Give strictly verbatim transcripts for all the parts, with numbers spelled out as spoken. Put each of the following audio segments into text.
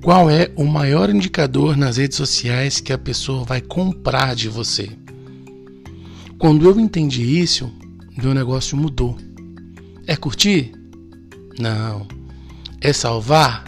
Qual é o maior indicador nas redes sociais que a pessoa vai comprar de você? Quando eu entendi isso, meu negócio mudou. É curtir? Não. É salvar?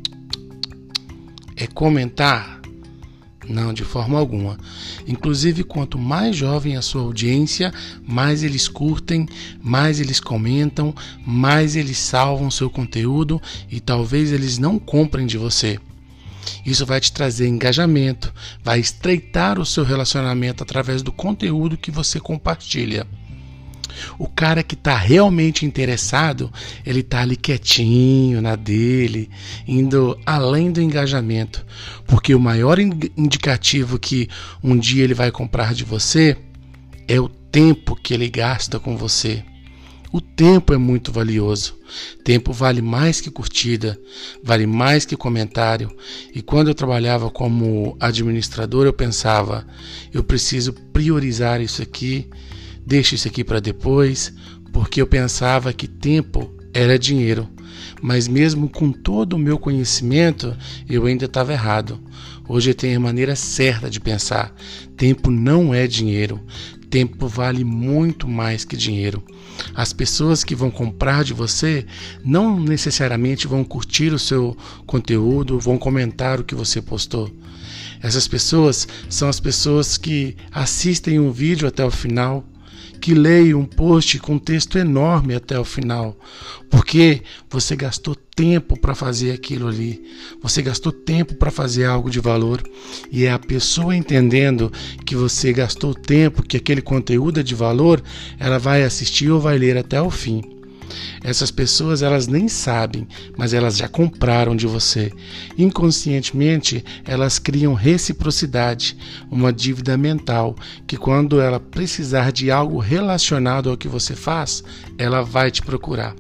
É comentar? Não, de forma alguma. Inclusive, quanto mais jovem a sua audiência, mais eles curtem, mais eles comentam, mais eles salvam seu conteúdo e talvez eles não comprem de você. Isso vai te trazer engajamento, vai estreitar o seu relacionamento através do conteúdo que você compartilha. O cara que está realmente interessado, ele está ali quietinho na dele, indo além do engajamento, porque o maior indicativo que um dia ele vai comprar de você é o tempo que ele gasta com você. O tempo é muito valioso. Tempo vale mais que curtida, vale mais que comentário. E quando eu trabalhava como administrador, eu pensava, eu preciso priorizar isso aqui, deixo isso aqui para depois, porque eu pensava que tempo era dinheiro. Mas mesmo com todo o meu conhecimento, eu ainda estava errado. Hoje eu tenho a maneira certa de pensar. Tempo não é dinheiro. Tempo vale muito mais que dinheiro. As pessoas que vão comprar de você não necessariamente vão curtir o seu conteúdo, vão comentar o que você postou. Essas pessoas são as pessoas que assistem um vídeo até o final, que leem um post com texto enorme até o final, porque você gastou tempo para fazer aquilo ali, você gastou tempo para fazer algo de valor, e é a pessoa entendendo que você gastou tempo, que aquele conteúdo é de valor, ela vai assistir ou vai ler até o fim. Essas pessoas, elas nem sabem, mas elas já compraram de você. Inconscientemente, elas criam reciprocidade, uma dívida mental, que quando ela precisar de algo relacionado ao que você faz, ela vai te procurar.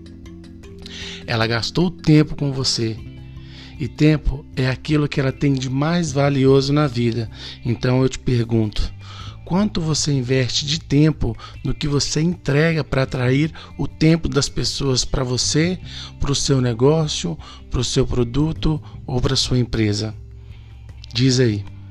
Ela gastou tempo com você. E tempo é aquilo que ela tem de mais valioso na vida. Então eu te pergunto, quanto você investe de tempo no que você entrega para atrair o tempo das pessoas para você, para o seu negócio, para o seu produto ou para a sua empresa? Diz aí.